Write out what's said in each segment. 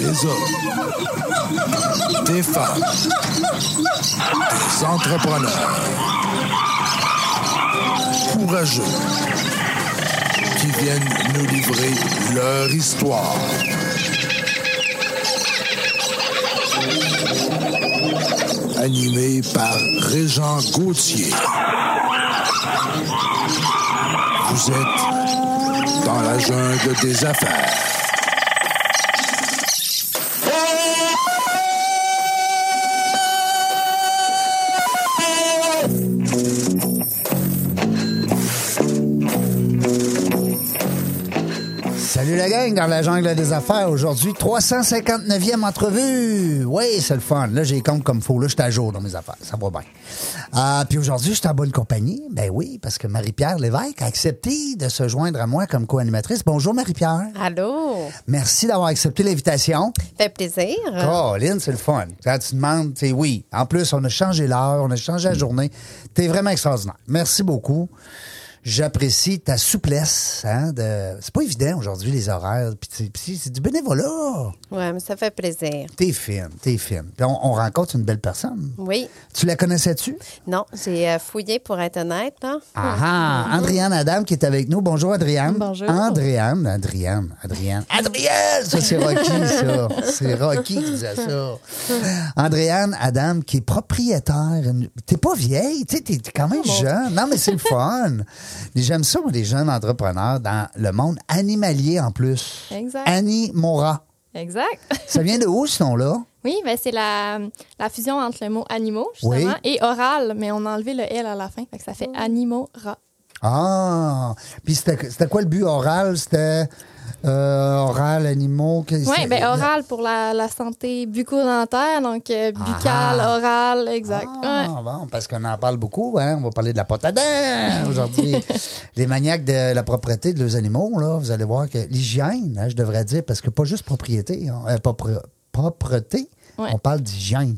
Des hommes, des femmes, des entrepreneurs courageux qui viennent nous livrer leur histoire. Animé par Régent Gauthier. Vous êtes dans la jungle des affaires. Salut la gang dans la jungle des affaires. Aujourd'hui, 359e entrevue. Oui, c'est le fun. Là, j'ai compte comme faut. Là, je suis à jour dans mes affaires. Ça va bien. Puis aujourd'hui, je suis en bonne compagnie. Ben oui, parce que Marie-Pierre Lévesque a accepté de se joindre à moi comme co-animatrice. Bonjour Marie-Pierre. Allô. Merci d'avoir accepté l'invitation. Ça fait plaisir. Colin, c'est le fun. Quand tu demandes, c'est oui. En plus, on a changé l'heure, on a changé la journée. T'es vraiment extraordinaire. Merci beaucoup. J'apprécie ta souplesse. C'est pas évident aujourd'hui, les horaires. Puis c'est du bénévolat. Oui, mais ça fait plaisir. T'es fine. Puis on rencontre une belle personne. Oui. Tu la connaissais-tu? Non, j'ai fouillé pour être honnête. Là. Andréane Adam qui est avec nous. Bonjour, Adrienne. Bonjour. Adrienne. Adrienne, ça, c'est Rocky, ça. C'est Rocky qui disait ça. Andréane Adam qui est propriétaire. T'es pas vieille, tu sais, t'es quand même jeune. Non, mais c'est le fun. J'aime ça, moi, les jeunes entrepreneurs dans le monde animalier en plus. Exact. Animora. Exact. Ça vient de où, ce nom-là? Oui, ben c'est la fusion entre le mot animaux, justement, et oral, mais on a enlevé le L à la fin, fait que ça fait animora. Ah! Puis c'était quoi le but oral? C'était oral, animaux? Oui, bien oral pour la santé bucco-dentaire, donc buccale, oral, exact. Bon, parce qu'on en parle beaucoup, hein? On va parler de la pâte à dents aujourd'hui. Les maniaques de la propreté de leurs animaux, là, vous allez voir que l'hygiène, hein, je devrais dire, parce que pas juste propriété, propreté, on parle d'hygiène.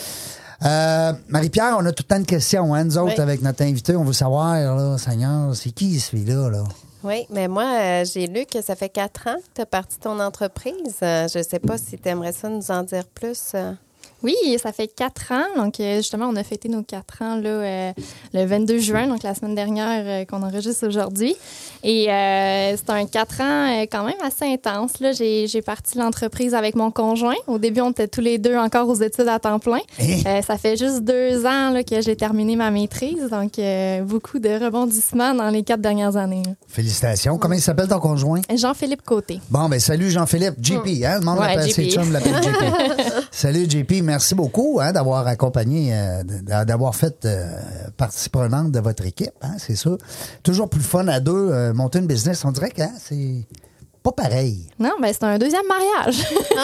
Marie-Pierre, on a tout le temps de questions, hein, nous autres, avec notre invité. On veut savoir, là, Seigneur, c'est qui celui-là, là? Oui, mais moi, j'ai lu que ça fait 4 ans que tu as parti ton entreprise. Je ne sais pas si tu aimerais ça nous en dire plus. Oui, ça fait 4 ans. Donc, justement, on a fêté nos 4 ans là, le 22 juin, donc la semaine dernière qu'on enregistre aujourd'hui. Et c'est un 4 ans quand même assez intense. Là. J'ai parti l'entreprise avec mon conjoint. Au début, on était tous les deux encore aux études à temps plein. Ça fait juste 2 ans là, que j'ai terminé ma maîtrise. Donc, beaucoup de rebondissements dans les 4 dernières années. Là. Félicitations. Comment il s'appelle ton conjoint? Jean-Philippe Côté. Bon, ben salut Jean-Philippe. JP, hein? Le monde l'appelle ses chums, l'appelle JP. Salut JP, merci beaucoup d'avoir accompagné, d'avoir fait partie prenante de votre équipe, hein, c'est ça. Toujours plus fun à deux, monter une business, on dirait que c'est pas pareil. Non, ben c'est un deuxième mariage.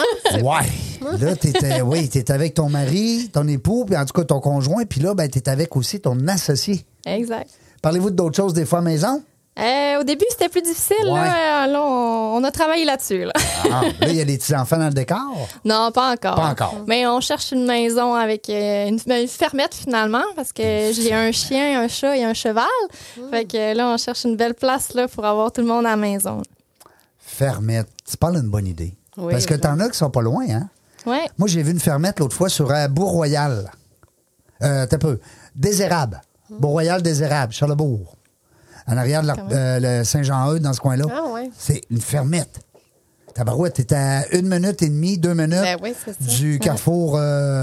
Ouais. Là, t'étais avec ton mari, ton époux, puis en tout cas ton conjoint, puis là, ben t'es avec aussi ton associé. Exact. Parlez-vous d'autres choses des fois à la maison? Au début, c'était plus difficile. Ouais. Là, on a travaillé là-dessus. Là, il y a des petits-enfants dans le décor? Non, pas encore. Pas encore. Mais on cherche une maison avec une fermette, finalement, parce que j'ai un chien, un chat et un cheval. Fait que là, on cherche une belle place là, pour avoir tout le monde à la maison. Fermette. Tu parles d'une bonne idée. Oui, parce que t'en as qui sont pas loin, hein? Oui. Moi, j'ai vu une fermette l'autre fois sur Bourg-Royal. T'as peu. Désérable. Bourg-Royal, Désérable, Charlebourg. En arrière de le Saint-Jean-Eudes, dans ce coin-là. Ah oui. C'est une fermette. Tabarouette, t'es à 1 minute et demie, 2 minutes Oui, c'est ça. du carrefour à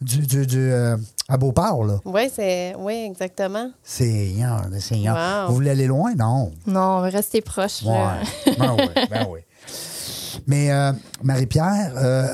Beauport, là. Oui, exactement. C'est Wow. Vous voulez aller loin? Non. Non, on va rester proche. Là. Ben oui. Mais Marie-Pierre,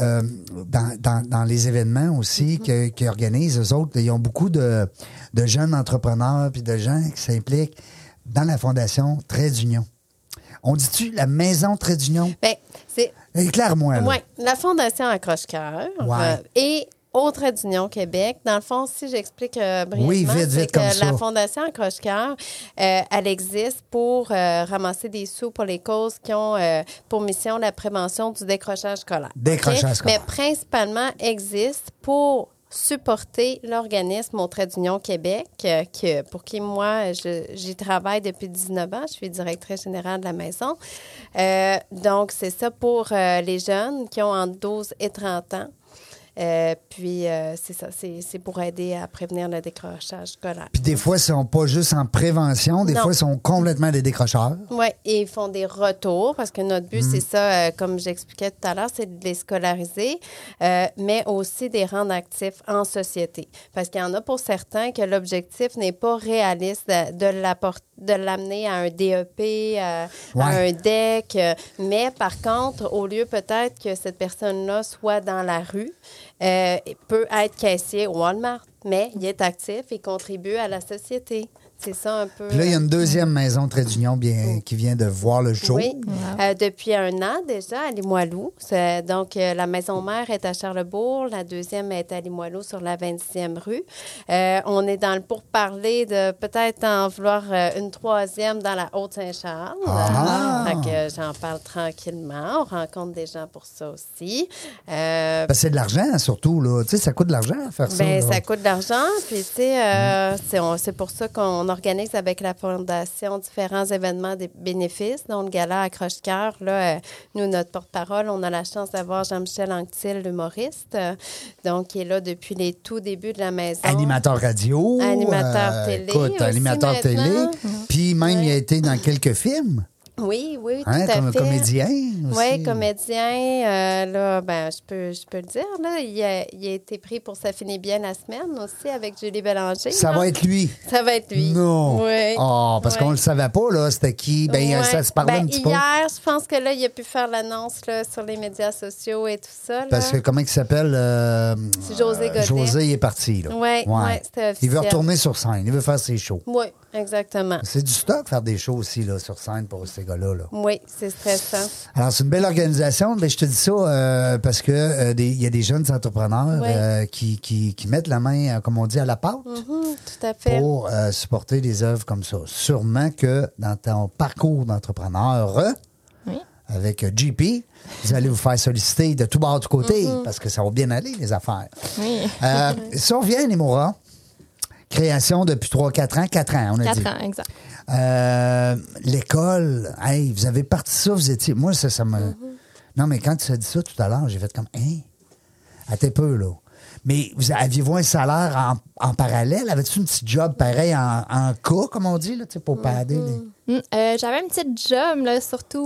dans les événements aussi qu'ils organisent, eux autres, ils ont beaucoup de jeunes entrepreneurs puis de gens qui s'impliquent dans la Fondation Trait d'Union. On dit-tu la Maison Trait d'Union? Bien, c'est... Éclaire-moi, là. Oui, la Fondation Accroche-Cœur et au Trait d'Union Québec. Dans le fond, si j'explique brièvement, oui, vite, comme ça. La Fondation Accroche-Cœur, elle existe pour ramasser des sous pour les causes qui ont pour mission la prévention du décrochage scolaire. Décrochage scolaire. Mais principalement existe pour supporter l'organisme au Trait d'Union Québec, pour qui, moi, j'y travaille depuis 19 ans. Je suis directrice générale de la maison. Donc, c'est ça pour les jeunes qui ont entre 12 et 30 ans. Puis, c'est ça, c'est pour aider à prévenir le décrochage scolaire. Puis des fois, ils sont pas juste en prévention, des Non. fois, ils sont complètement des décrocheurs. Oui, et ils font des retours parce que notre but, c'est ça, comme j'expliquais tout à l'heure, c'est de les scolariser, mais aussi de les rendre actifs en société. Parce qu'il y en a pour certains que l'objectif n'est pas réaliste de l'amener à un DEP, à un DEC, mais par contre, au lieu peut-être que cette personne-là soit dans la rue, il peut être caissier au Walmart, mais il est actif et contribue à la société. C'est ça un peu. Puis là, il y a une deuxième maison Trait d'Union qui vient de voir le jour. Oui, depuis 1 an déjà à Limoilou. Donc, la maison mère est à Charlesbourg, la deuxième est à Limoilou sur la 26e rue. On est dans le pourparler de peut-être en vouloir une troisième dans la Haute-Saint-Charles. Fait que j'en parle tranquillement. On rencontre des gens pour ça aussi. Ben, c'est de l'argent, surtout. Là. Tu sais, ça coûte de l'argent à faire ça. Ben, là. ça coûte de l'argent. Puis, tu sais, c'est pour ça qu'on organise avec la Fondation différents événements des bénéfices, dont le gala Accroche-Cœur. Là, nous, notre porte-parole, on a la chance d'avoir Jean-Michel Anctil, l'humoriste, donc qui est là depuis les tout débuts de la maison. Animateur radio. Animateur télé. Écoute, aussi animateur télé. maintenant. Puis même, il a été dans quelques films. Oui, tout Hein, à comme fait. comédien aussi. Oui, comédien. Là, ben, je peux le dire. Là, il a été pris pour Ça finit bien la semaine aussi avec Julie Bélanger. Ça là. va être lui. Ça va être lui. Non. Oui. Ah, parce qu'on le savait pas, là. C'était qui? Ben, Ouais. ça se parlait Ben, un petit peu. hier, je pense que là, il a pu faire l'annonce là, sur les médias sociaux et tout ça. Là. Parce que, comment il s'appelle? C'est José Godet. José, il est parti, là. Oui, c'était officiel. Il veut retourner sur scène. Il veut faire ses shows. Oui, exactement. C'est du stock faire des shows aussi, là, sur scène pour ces gars-là, là. Oui, c'est stressant. Alors, c'est une belle organisation. Mais je te dis ça parce que il y a des jeunes entrepreneurs qui mettent la main, comme on dit, à la pâte Tout à fait. pour supporter des œuvres comme ça. Sûrement que dans ton parcours d'entrepreneur, avec JP, vous allez vous faire solliciter de tout bord, de tout côté, parce que ça va bien aller, les affaires. Oui. Si on revient à Némora, création depuis 3-4 ans, 4 ans, on a 4 dit. ans, exact. L'école, hey, vous avez parti ça, vous étiez. Moi, ça me. Non, mais quand tu as dit ça tout à l'heure, j'ai fait comme. Hein? Attends peu, là. Mais aviez-vous un salaire en parallèle? Avais-tu un petit job pareil en cas, comme on dit, là, pour padder les. J'avais un petit job, là, surtout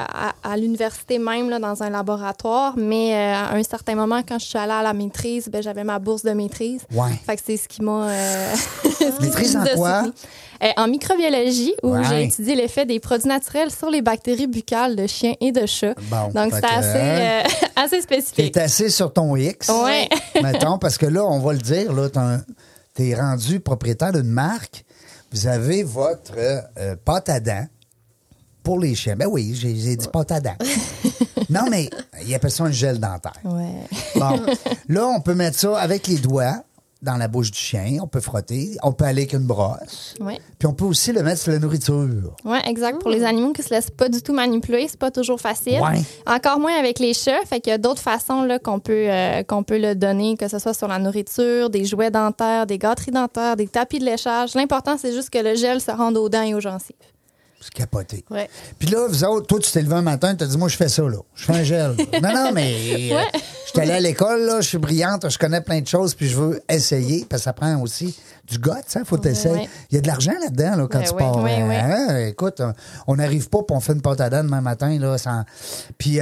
à l'université même, là, dans un laboratoire. Mais à un certain moment, quand je suis allée à la maîtrise, ben, j'avais ma bourse de maîtrise. Ouais. Fait que c'est ce qui m'a... Maîtrise en quoi? En microbiologie, où Ouais. j'ai étudié l'effet des produits naturels sur les bactéries buccales de chiens et de chats. Bon, Donc, fait c'était que, assez spécifique. T'es assis sur ton X, Ouais. mettons, parce que là, on va le dire, là, t'es rendu propriétaire d'une marque. Vous avez votre pâte à dents pour les chiens. Ben oui, j'ai dit pâte à dents. Non, mais il appelle ça un gel dentaire. Ouais. Bon, là, on peut mettre ça avec les doigts dans la bouche du chien. On peut frotter. On peut aller avec une brosse. Ouais. Puis on peut aussi le mettre sur la nourriture. Oui, exact. Pour les animaux qui se laissent pas du tout manipuler, c'est pas toujours facile. Ouais. Encore moins avec les chats. Fait qu'il y a d'autres façons là, qu'on peut le donner, que ce soit sur la nourriture, des jouets dentaires, des gâteries dentaires, des tapis de léchage. L'important, c'est juste que le gel se rende aux dents et aux gencives. C'est capoté. Ouais. Puis là, vous autres, toi, tu t'es levé un matin, tu as dit, moi, je fais ça, là. Je fais un gel. Non, mais je suis allé à l'école, là, je suis brillante, je connais plein de choses, puis je veux essayer, parce que ça prend aussi du goût, il faut t'essayer. Ouais. Il y a de l'argent là-dedans, là, quand Ben tu oui. pars. Oui, oui. Hein? Écoute, on n'arrive pas, puis on fait une pâte à dents demain matin, là, sans... Puis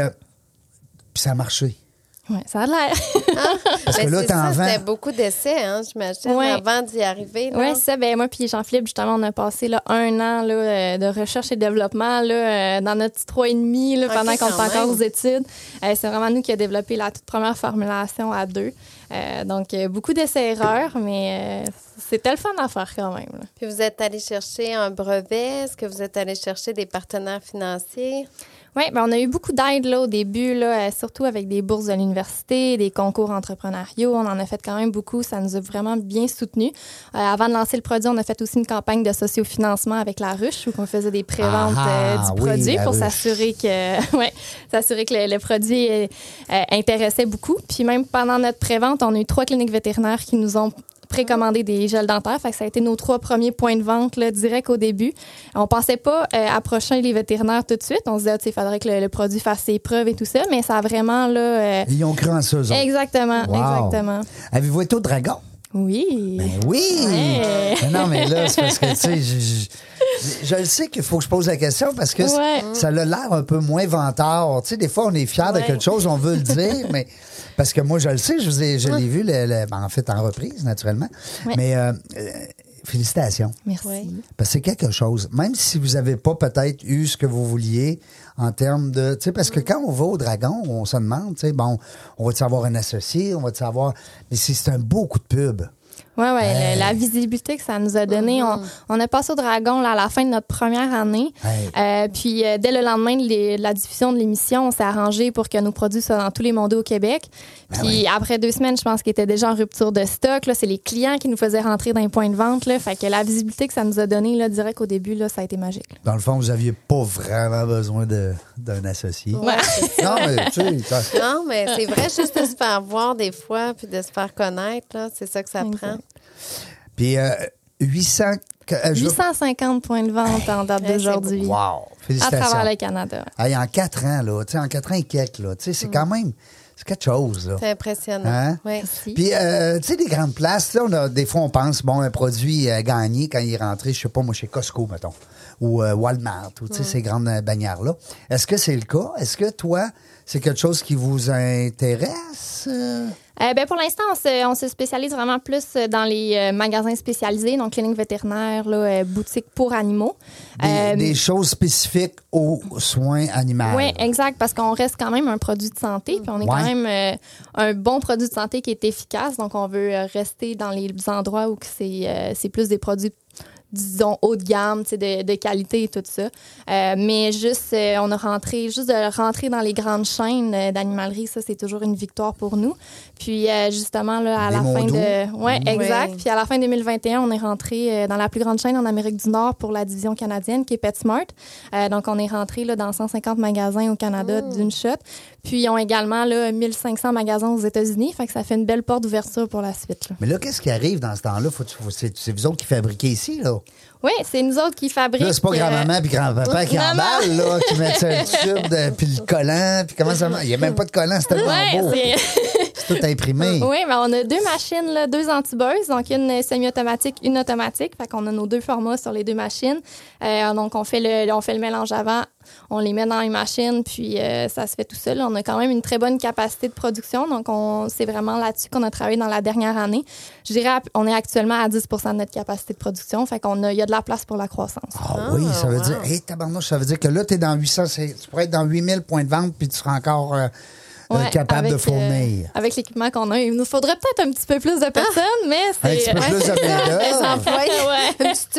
ça a marché. Oui, ça a l'air. Parce que Ben, là, c'est t'en ça, vends. c'était beaucoup d'essais, hein, j'imagine, Ouais. avant d'y arriver. là. Oui, c'est ça. Ben, moi puis Jean-Philippe, justement, on a passé là, 1 an là, de recherche et développement là, dans notre petit 3,5 là, Ok, pendant qu'on quand était encore même. aux études. C'est vraiment nous qui avons développé la toute première formulation à 2. Donc, beaucoup d'essais-erreurs, mais c'était le fun à faire quand même. Là. Puis vous êtes allé chercher un brevet. Est-ce que vous êtes allé chercher des partenaires financiers? Oui, ben on a eu beaucoup d'aide là, au début, là, surtout avec des bourses de l'université, des concours entrepreneuriaux. On en a fait quand même beaucoup. Ça nous a vraiment bien soutenus. Avant de lancer le produit, on a fait aussi une campagne de sociofinancement avec La Ruche où on faisait des préventes du produit pour s'assurer que, s'assurer que le produit intéressait beaucoup. Puis même pendant notre prévente, on a eu 3 cliniques vétérinaires qui nous ont précommandé des gels dentaires. Fait que ça a été nos 3 premiers points de vente là, direct au début. On pensait pas approcher les vétérinaires tout de suite. On se disait, il faudrait que le produit fasse ses preuves et tout ça, mais ça a vraiment... là. Ils ont cru en ça, eux autres. Exactement, Wow. exactement. Avez-vous été au Dragon? Oui. Ben oui! Ouais. Mais non, mais là, c'est parce que, tu sais, je le sais qu'il faut que je pose la question parce que ça a l'air un peu moins vantard. Tu sais, des fois, on est fiers de quelque chose, on veut le dire, mais parce que moi, je le sais, je l'ai vu, en fait, en reprise, naturellement. Ouais. Mais félicitations. Merci. Parce que c'est quelque chose. Même si vous n'avez pas peut-être eu ce que vous vouliez en termes de... Tu sais, parce que quand on va au Dragon, on se demande, tu sais, bon, on va-tu avoir un associé, on va-tu avoir... Mais c'est un beau coup de pub. Oui, la visibilité que ça nous a donné. On a passé au Dragon là, à la fin de notre première année. Puis, dès le lendemain de la diffusion de l'émission, on s'est arrangé pour que nos produits soient dans tous les mondos au Québec. Puis, après 2 semaines, je pense qu'il était déjà en rupture de stock. Là, c'est les clients qui nous faisaient rentrer dans les points de vente. Là. Fait que la visibilité que ça nous a donné là, direct au début, là, ça a été magique. Dans le fond, vous n'aviez pas vraiment besoin d'un associé. Ouais. Non, mais tu sais... Non, mais c'est vrai, juste de se faire voir des fois puis de se faire connaître, là, c'est ça que ça prend. Puis 850 points de vente en date d'aujourd'hui. Wow! À Félicitations. travers le Canada. Hey, en 4 ans, là, tu sais, en 4 ans et quelques, là, tu sais, c'est quand même... C'est quelque chose, là. C'est impressionnant. Hein? Oui. Puis, tu sais, des grandes places, là, des fois, on pense, bon, un produit gagné quand il est rentré, je sais pas, moi, chez Costco, mettons, ou Walmart, ou, tu sais, ces grandes bannières-là. Est-ce que c'est le cas? Est-ce que, toi, c'est quelque chose qui vous intéresse? Ben pour l'instant, on se spécialise vraiment plus dans les magasins spécialisés, donc cliniques vétérinaires, là, boutiques pour animaux. Des choses spécifiques aux soins animaux. Oui, exact, parce qu'on reste quand même un produit de santé, puis on est quand même un bon produit de santé qui est efficace, donc on veut rester dans les endroits où c'est plus des produits disons, haut de gamme, de qualité et tout ça. Mais juste, on a juste de rentrer dans les grandes chaînes d'animalerie, ça, c'est toujours une victoire pour nous. Puis, justement, là, à la fin de... Oui, exact. Puis, à la fin 2021, on est rentré dans la plus grande chaîne en Amérique du Nord pour la division canadienne, qui est PetSmart. Donc, on est rentré là, dans 150 magasins au Canada d'une shot. Puis, ils ont également là, 1500 magasins aux États-Unis. Fait que ça fait une belle porte d'ouverture pour la suite. Là. Mais là, qu'est-ce qui arrive dans ce temps-là? C'est vous autres qui fabriquez ici, là? Oui, c'est nous autres qui fabriquons. Là, c'est pas grand-maman puis grand-papa qui emballent, là, qui mettent ça tube, puis le collant, puis comment ça marche? Il n'y a même pas de collant, c'est tellement beau. C'est tout imprimé. Oui, mais on a 2 machines, là, 2 entubeuses, donc une semi-automatique, une automatique. Fait qu'on a nos 2 formats sur les 2 machines. Donc, on fait le mélange avant, on les met dans les machines, puis ça se fait tout seul. On a quand même une très bonne capacité de production, donc c'est vraiment là-dessus qu'on a travaillé dans la dernière année. Je dirais, on est actuellement à 10 de notre capacité de production, fait qu'il y a de la place pour la croissance. Ah oui, ça veut dire, tabarnouche, ça veut dire que là, tu es dans 800, tu pourrais être dans 8000 points de vente, puis tu seras encore capable de fournir. Avec l'équipement qu'on a, il nous faudrait peut-être un petit peu plus de personnes, mais c'est... Un petit peu plus de main-d'œuvre. Une petite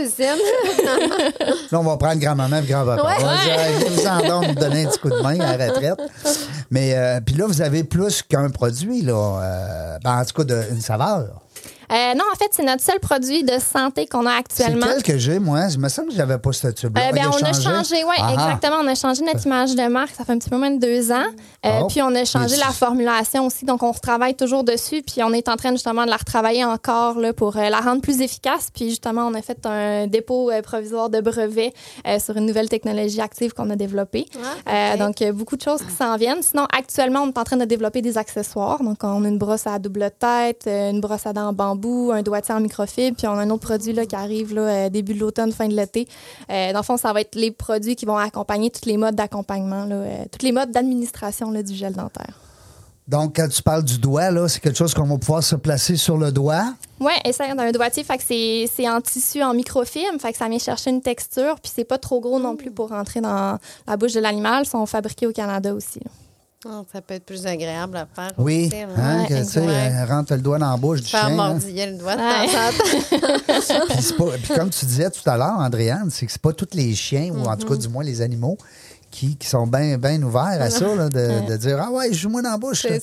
usine. Là, on va prendre grand-maman et grand-papa. Vous en nous donner un petit coup de main à la retraite. Mais, puis là, vous avez plus qu'un produit, là. En tout cas, une saveur. Non, en fait, c'est notre seul produit de santé qu'on a actuellement. C'est lequel que j'ai, moi? Je me sens que j'avais pas ce tube-là. On a changé, oui, exactement. On a changé notre image de marque. Ça fait un petit peu moins de 2 ans. Puis, on a changé la formulation aussi. Donc, on retravaille toujours dessus. Puis, on est en train, justement, de la retravailler encore là, pour la rendre plus efficace. Puis, justement, on a fait un dépôt provisoire de brevet sur une nouvelle technologie active qu'on a développée. Donc, beaucoup de choses qui s'en viennent. Sinon, actuellement, on est en train de développer des accessoires. Donc, on a une brosse à double tête, une brosse à dents en bambou, un doigtier en microfibre, puis on a un autre produit là, qui arrive là, début de l'automne, fin de l'été. Dans le fond, ça va être les produits qui vont accompagner tous les modes d'accompagnement, tous les modes d'administration là, du gel dentaire. Donc, quand tu parles du doigt, là, c'est quelque chose qu'on va pouvoir se placer sur le doigt? Oui, et ça, dans un doigtier, fait que c'est en tissu, en microfibre, fait que ça vient chercher une texture, puis c'est pas trop gros non plus pour rentrer dans la bouche de l'animal. Ils sont fabriqués au Canada aussi. Là. Oh, ça peut être plus agréable à faire. Oui, aussi, que tu sais, rentre le doigt dans la bouche du chien. Faire mordiller le doigt de temps en temps. Puis comme tu disais tout à l'heure, Andréane, c'est que c'est pas tous les chiens, ou en tout cas du moins les animaux, qui sont bien ouverts à ça, là, de dire « Ah ouais, joue-moi dans la bouche. » Hey.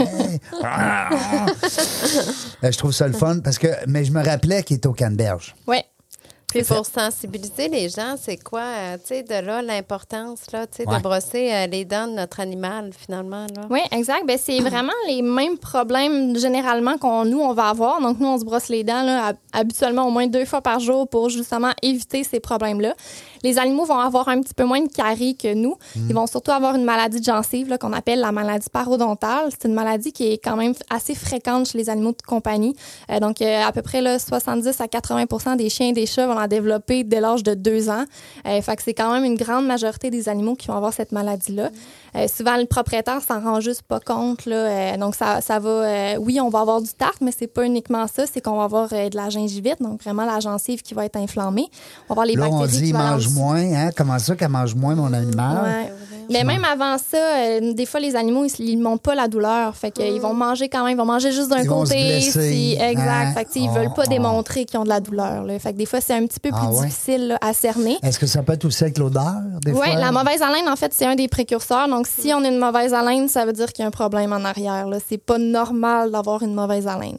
Je trouve ça le fun mais je me rappelais qu'il était au Canneberge. Oui. Puis pour sensibiliser les gens, c'est quoi, tu sais, de là, l'importance, là, tu sais, de brosser les dents de notre animal, finalement, là. Oui, exact. Ben, c'est vraiment les mêmes problèmes, généralement, on va avoir. Donc, nous, on se brosse les dents, là, habituellement au moins 2 fois par jour pour, justement, éviter ces problèmes-là. Les animaux vont avoir un petit peu moins de caries que nous. Ils vont surtout avoir une maladie de gencive, là, qu'on appelle la maladie parodontale. C'est une maladie qui est quand même assez fréquente chez les animaux de compagnie. Donc, à peu près là, 70 à 80 des chiens et des chats vont la développer dès l'âge de 2 ans. Fait que c'est quand même une grande majorité des animaux qui vont avoir cette maladie-là. Souvent, le propriétaire s'en rend juste pas compte, là. Donc, ça va... oui, on va avoir du tartre, mais c'est pas uniquement ça. C'est qu'on va avoir de la gingivite, donc vraiment la gencive qui va être inflammée. On va avoir les là, bactéries on dit qui vont mange moins, hein? Comment ça qu'elle mange moins, mon animal? Ouais. Mais même avant ça, des fois, les animaux, ils ne montent pas la douleur. Fait qu'ils vont manger quand même. Ils vont manger juste d'un côté. Exact. Hein? Fait qu'ils veulent pas démontrer qu'ils ont de la douleur, là. Fait que des fois, c'est un petit peu plus difficile là, à cerner. Est-ce que ça peut être aussi avec l'odeur, des fois? Oui, la mauvaise haleine, en fait, c'est un des précurseurs. Donc, si on a une mauvaise haleine, ça veut dire qu'il y a un problème en arrière, là. C'est pas normal d'avoir une mauvaise haleine.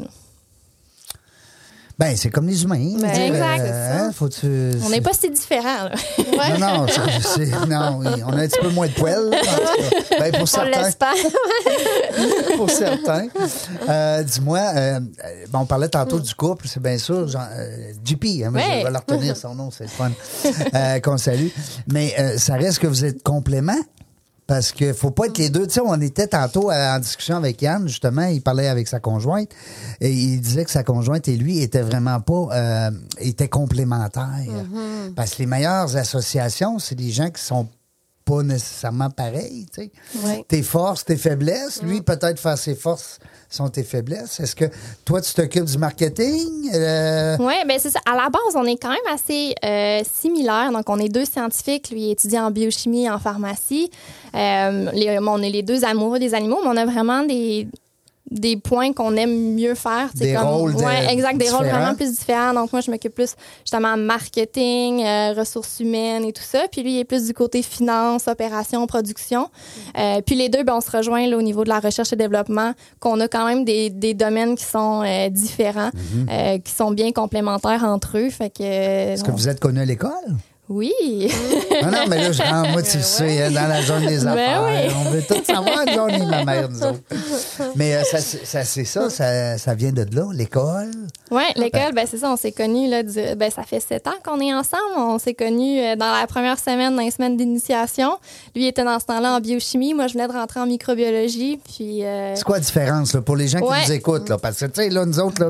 Ben, c'est comme les humains. Exact. On n'est pas si différents, là. Non, on a un petit peu moins de poils. Là, ben, pour certains. On l'espère. Pour certains. Dis-moi, on parlait tantôt du couple, c'est bien sûr. JP, hein, je vais leur retenir son nom, c'est le fun. Qu'on salue. Mais ça reste que vous êtes compléments. Parce qu'il ne faut pas être les deux. Tu sais, on était tantôt en discussion avec Yann, justement, il parlait avec sa conjointe et il disait que sa conjointe et lui étaient vraiment pas... étaient complémentaires. Mm-hmm. Parce que les meilleures associations, c'est des gens qui sont pas nécessairement pareils, tu sais. Oui. Tes forces, tes faiblesses. Lui, peut-être faire ses forces sont tes faiblesses. Est-ce que toi, tu t'occupes du marketing? Oui, bien c'est ça. À la base, on est quand même assez similaires. Donc, on est 2 scientifiques. Lui étudie en biochimie et en pharmacie. On est les 2 amoureux des animaux, mais on a vraiment des points qu'on aime mieux faire. Des rôles exact, des différents. rôles vraiment plus différents. Donc, moi, je m'occupe plus, justement, marketing, ressources humaines et tout ça. Puis lui, il est plus du côté finance, opération, production. Puis les deux, on se rejoint là, au niveau de la recherche et développement, qu'on a quand même des domaines qui sont différents, qui sont bien complémentaires entre eux. Fait que, Est-ce que vous êtes connus à l'école? Oui. Non, mais là, je rentre, moi, tu sais, hein, dans la zone des affaires. Oui. On veut tout savoir, on est ma mère, nous autres. Mais c'est ça vient de là, l'école. Oui, l'école, c'est ça, on s'est connus, là, ça fait 7 ans qu'on est ensemble. On s'est connus dans la première semaine, dans les semaines d'initiation. Lui était dans ce temps-là en biochimie. Moi, je venais de rentrer en microbiologie. Puis, c'est quoi la différence, là, pour les gens qui nous écoutent, là? Parce que, tu sais, là, nous autres, là,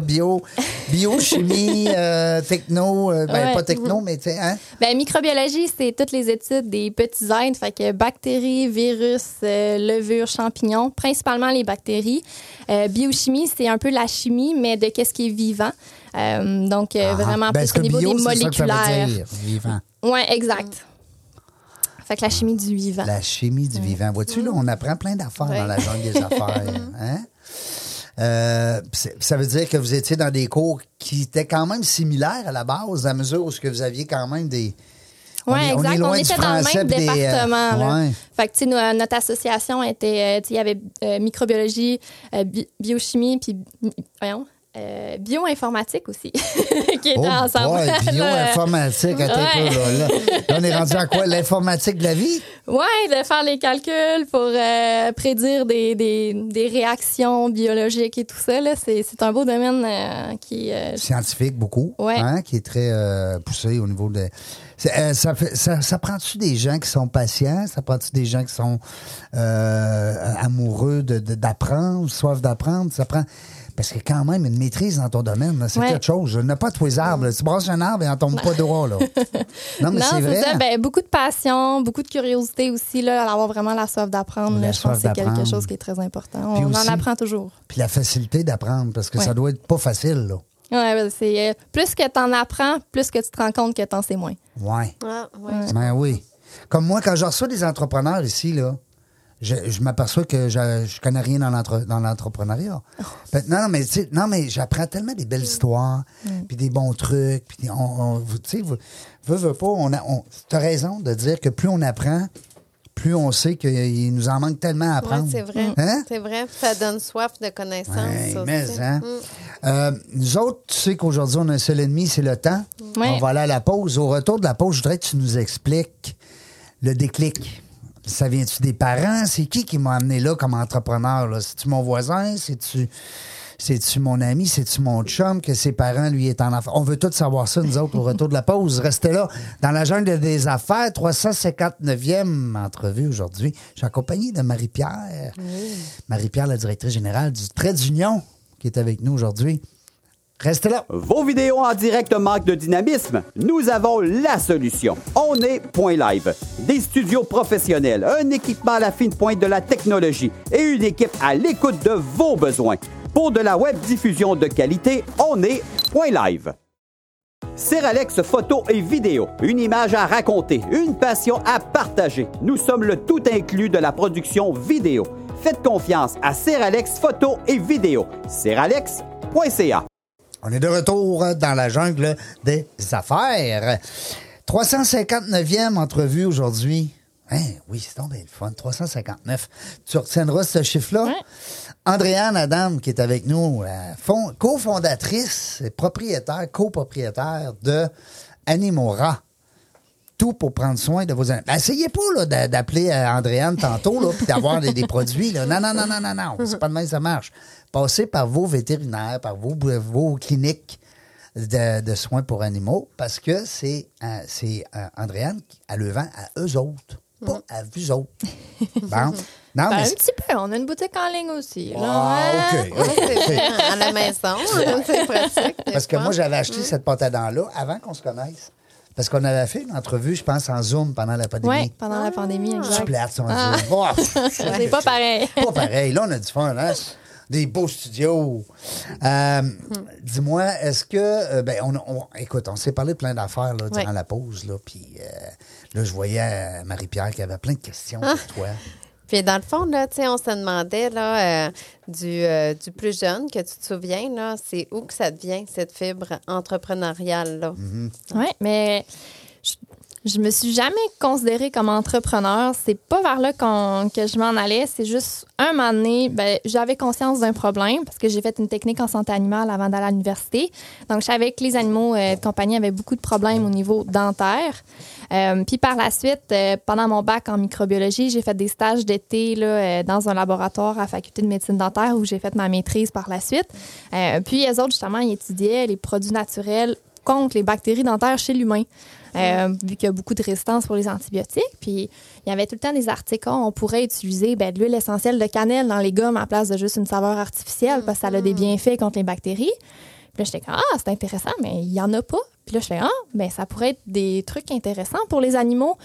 biochimie, techno, pas techno, mais, tu sais, hein? Microbiologie, c'est toutes les études des petits êtres, fait que bactéries, virus, levures, champignons, principalement les bactéries. Biochimie, c'est un peu la chimie, mais de qu'est-ce qui est vivant. Donc, vraiment plus au niveau des moléculaires. C'est ça que ça veut dire, vivant. Oui, exact. Fait que la chimie du vivant. La chimie du vivant. Vois-tu, là, on apprend plein d'affaires dans la jungle des affaires. Hein? Ça veut dire que vous étiez dans des cours qui étaient quand même similaires à la base, à mesure où vous aviez quand même des... Oui, exact. On était dans le même département. Ouais. Fait que, tu sais, notre association était... il y avait microbiologie, biochimie, puis... bioinformatique aussi, qui était ensemble. Ouais, bioinformatique, attends un peu, là. On est rendu à quoi? L'informatique de la vie? Oui, de faire les calculs pour prédire des réactions biologiques et tout ça. Là, c'est un beau domaine qui... scientifique, beaucoup, qui est très poussé au niveau de... Ça prend-tu des gens qui sont patients? Ça prend-tu des gens qui sont amoureux d'apprendre, soif d'apprendre? Ça prend... Parce qu'il y a quand même une maîtrise dans ton domaine. C'est quelque chose. Je n'ai pas tous les arbres. Tu brasses un arbre et il n'en tombe pas droit. Là. Non, mais c'est vrai. Ça. Beaucoup de passion, beaucoup de curiosité aussi. Là, avoir vraiment la soif d'apprendre. Je pense que c'est quelque chose qui est très important. On en apprend toujours. Puis la facilité d'apprendre, parce que ça doit être pas facile. Là. Oui, c'est plus que tu en apprends, plus que tu te rends compte que tu en sais moins. Oui. Ben oui. Comme moi, quand je reçois des entrepreneurs ici, là, je m'aperçois que je connais rien dans l'entrepreneuriat. Non, mais j'apprends tellement des belles histoires, puis des bons trucs, puis tu sais, veux pas, t'as raison de dire que plus on apprend, plus on sait qu'il nous en manque tellement à apprendre. Oui, c'est vrai. Hein? C'est vrai. Ça donne soif de connaissances. Ouais, ça mais, aussi. hein? Nous autres, tu sais qu'aujourd'hui, on a un seul ennemi, c'est le temps. Oui. On va aller à la pause. Au retour de la pause, je voudrais que tu nous expliques le déclic. Ça vient-tu des parents? C'est qui m'a amené là comme entrepreneur? Là? C'est-tu mon voisin? C'est-tu mon ami? C'est-tu mon chum que ses parents, lui, est en affaires? On veut tous savoir ça, nous autres, au retour de la pause. Restez là, dans la jungle des affaires, 359e entrevue aujourd'hui. Je suis accompagné de Marie-Pierre. Marie-Pierre, la directrice générale du Trait d'Union, qui est avec nous aujourd'hui. Restez là. Vos vidéos en direct manquent de dynamisme? Nous avons la solution. On est Point Live. Des studios professionnels, un équipement à la fine pointe de la technologie et une équipe à l'écoute de vos besoins. Pour de la web diffusion de qualité, on est Point Live. Seralex photo et vidéo, une image à raconter, une passion à partager. Nous sommes le tout inclus de la production vidéo. Faites confiance à Seralex photo et vidéo. Seralex.ca. On est de retour dans la jungle des affaires. 359e entrevue aujourd'hui. Hein, oui, c'est tombé le fun. 359. Tu retiendras ce chiffre-là? Ouais. Andréane Adam, qui est avec nous, cofondatrice et copropriétaire de Animora. Tout pour prendre soin de vos animaux. Essayez pas là, d'appeler Andréane tantôt puis d'avoir des produits. Là. Non. C'est pas de même que ça marche. Passez par vos vétérinaires, par vos cliniques de soins pour animaux, parce que c'est Andréane qui a le vent à eux autres, pas à vous autres. Bon. Non, Ben, mais un petit peu. On a une boutique en ligne aussi. là. Ah, OK. Oui, c'est vrai. À la maison, c'est pratique. des Parce que fois. moi, j'avais acheté cette pâte à dents-là avant qu'on se connaisse. Parce qu'on avait fait une entrevue, je pense, en Zoom pendant la pandémie. Oui, pendant la pandémie, Je exact. plate sur un Zoom. Oh, C'est pas pareil. Pas pareil. Là, on a du fun, hein? Des beaux studios. Dis-moi, est-ce que... écoute, on s'est parlé de plein d'affaires là, durant Oui. la pause. Là, puis là, je voyais Marie-Pierre qui avait plein de questions pour toi. Puis dans le fond, là, tu sais, on se demandait là, du plus jeune, que tu te souviens, là, c'est où que ça devient, cette fibre entrepreneuriale-là? Oui, mais je me suis jamais considérée comme entrepreneur. C'est pas vers là que je m'en allais. C'est juste un moment donné, j'avais conscience d'un problème parce que j'ai fait une technique en santé animale avant d'aller à l'université. Donc, je savais que les animaux de compagnie avaient beaucoup de problèmes au niveau dentaire. Puis par la suite, pendant mon bac en microbiologie, j'ai fait des stages d'été là, dans un laboratoire à la faculté de médecine dentaire où j'ai fait ma maîtrise par la suite. Puis les autres, justement, ils étudiaient les produits naturels contre les bactéries dentaires chez l'humain. Vu qu'il y a beaucoup de résistance pour les antibiotiques. Puis, il y avait tout le temps des articles. On pourrait utiliser de l'huile essentielle de cannelle dans les gommes en place de juste une saveur artificielle parce que ça a des bienfaits contre les bactéries. Puis là, j'étais comme, c'est intéressant, mais il n'y en a pas. Puis là, je fais, ça pourrait être des trucs intéressants pour les animaux.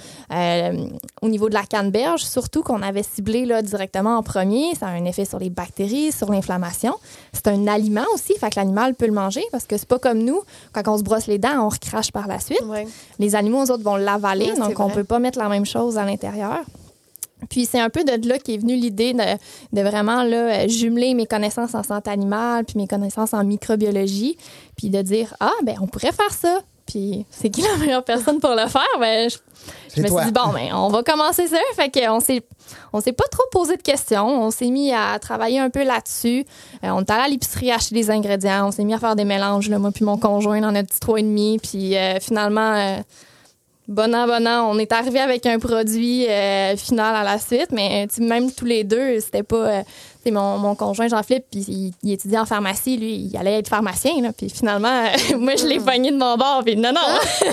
Au niveau de la canneberge, surtout qu'on avait ciblé là, directement en premier, ça a un effet sur les bactéries, sur l'inflammation. C'est un aliment aussi, fait que l'animal peut le manger parce que c'est pas comme nous, quand on se brosse les dents, on recrache par la suite. Oui. Les animaux, eux autres, vont l'avaler, Ouais, donc c'est on vrai. peut pas mettre la même chose à l'intérieur. Puis c'est un peu de là qu'est venue l'idée de vraiment là, jumeler mes connaissances en santé animale puis mes connaissances en microbiologie, puis de dire on pourrait faire ça. Puis c'est qui la meilleure personne pour le faire? Je me toi. suis dit on va commencer ça. Fait qu'on s'est pas trop posé de questions. On s'est mis à travailler un peu là-dessus. On est allé à l'épicerie acheter des ingrédients. On s'est mis à faire des mélanges là, moi puis mon conjoint dans notre petit 3,5. Puis finalement. Bon an, on est arrivé avec un produit final à la suite, mais même tous les deux, c'était pas... mon conjoint Jean-Philippe, puis il étudiait en pharmacie, lui, il allait être pharmacien, là, puis finalement, moi, je l'ai pogné de mon bord, puis non.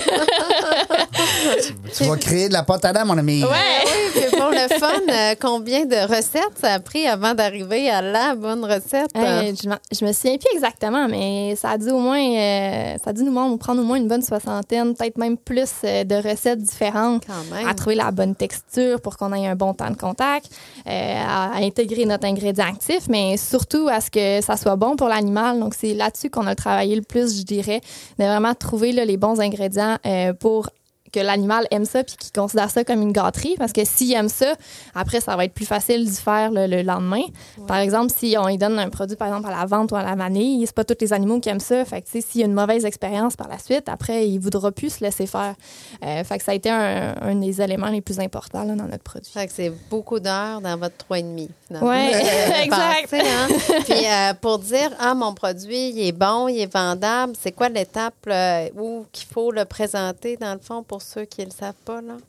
Tu vas créer de la pâte à dents, mon ami. Ouais. Oui, puis pour le fun, combien de recettes ça a pris avant d'arriver à la bonne recette? Je me souviens plus exactement, mais ça a dû au moins... ça a dû nous prendre au moins une bonne 60aine, peut-être même plus de recettes différentes Quand même. à trouver la bonne texture pour qu'on ait un bon temps de contact, à intégrer notre ingrédient actif, mais surtout à ce que ça soit bon pour l'animal. Donc, c'est là-dessus qu'on a travaillé le plus, je dirais, de vraiment trouver là, les bons ingrédients pour que l'animal aime ça puis qu'il considère ça comme une gâterie. Parce que s'il aime ça, après, ça va être plus facile d'y faire le lendemain. Ouais. Par exemple, si on lui donne un produit, par exemple, à la menthe ou à la vanille, c'est pas tous les animaux qui aiment ça. Fait que, tu sais, s'il y a une mauvaise expérience par la suite, après, il voudra plus se laisser faire. Fait que ça a été un des éléments les plus importants là, dans notre produit. Fait que c'est beaucoup d'heures dans votre 3,5, finalement. Oui, exact. Puis pour dire, mon produit, il est bon, il est vendable, c'est quoi l'étape où qu'il faut le présenter, dans le fond, pour ceux qui ne le savent pas, là?